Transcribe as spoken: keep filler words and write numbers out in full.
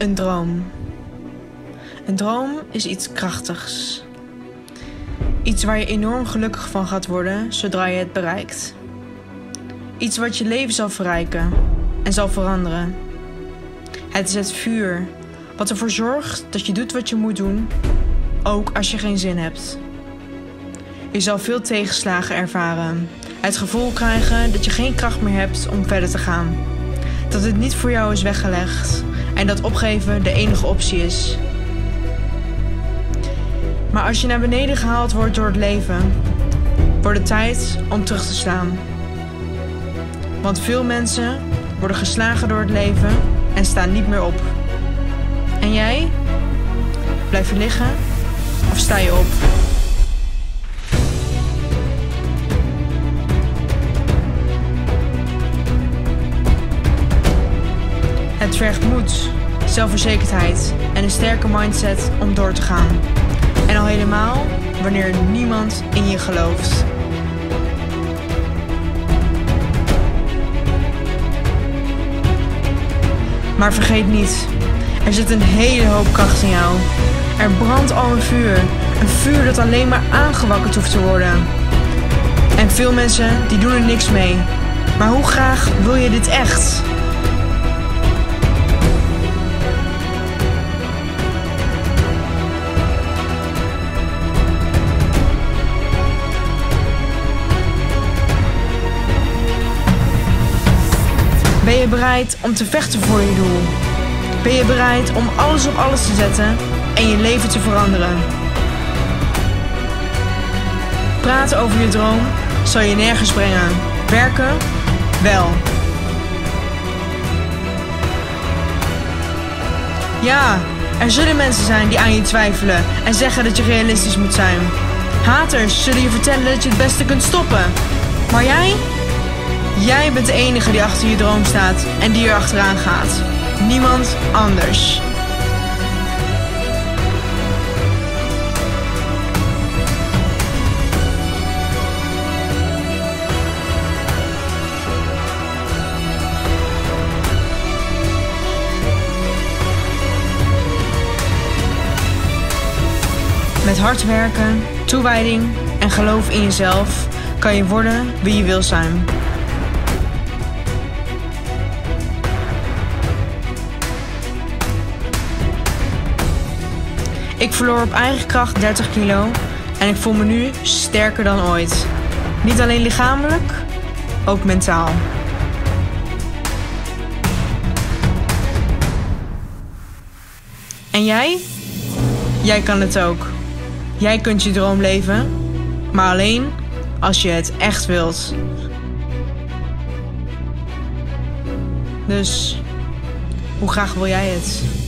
Een droom. Een droom is iets krachtigs. Iets waar je enorm gelukkig van gaat worden zodra je het bereikt. Iets wat je leven zal verrijken en zal veranderen. Het is het vuur wat ervoor zorgt dat je doet wat je moet doen, ook als je geen zin hebt. Je zal veel tegenslagen ervaren. Het gevoel krijgen dat je geen kracht meer hebt om verder te gaan. Dat het niet voor jou is weggelegd en dat opgeven de enige optie is. Maar als je naar beneden gehaald wordt door het leven, wordt het tijd om terug te slaan. Want veel mensen worden geslagen door het leven en staan niet meer op. En jij? Blijf je liggen of sta je op? Het vergt moed, zelfverzekerdheid en een sterke mindset om door te gaan. En al helemaal wanneer niemand in je gelooft. Maar vergeet niet, er zit een hele hoop kracht in jou. Er brandt al een vuur. Een vuur dat alleen maar aangewakkerd hoeft te worden. En veel mensen die doen er niks mee. Maar hoe graag wil je dit echt? Ben je bereid om te vechten voor je doel? Ben je bereid om alles op alles te zetten en je leven te veranderen? Praten over je droom zal je nergens brengen. Werken? Wel. Ja, er zullen mensen zijn die aan je twijfelen en zeggen dat je realistisch moet zijn. Haters zullen je vertellen dat je het beste kunt stoppen. Maar jij? Jij bent de enige die achter je droom staat en die er achteraan gaat. Niemand anders. Met hard werken, toewijding en geloof in jezelf kan je worden wie je wil zijn. Ik verloor op eigen kracht dertig kilo en ik voel me nu sterker dan ooit. Niet alleen lichamelijk, ook mentaal. En jij? Jij kan het ook. Jij kunt je droom leven, maar alleen als je het echt wilt. Dus, hoe graag wil jij het?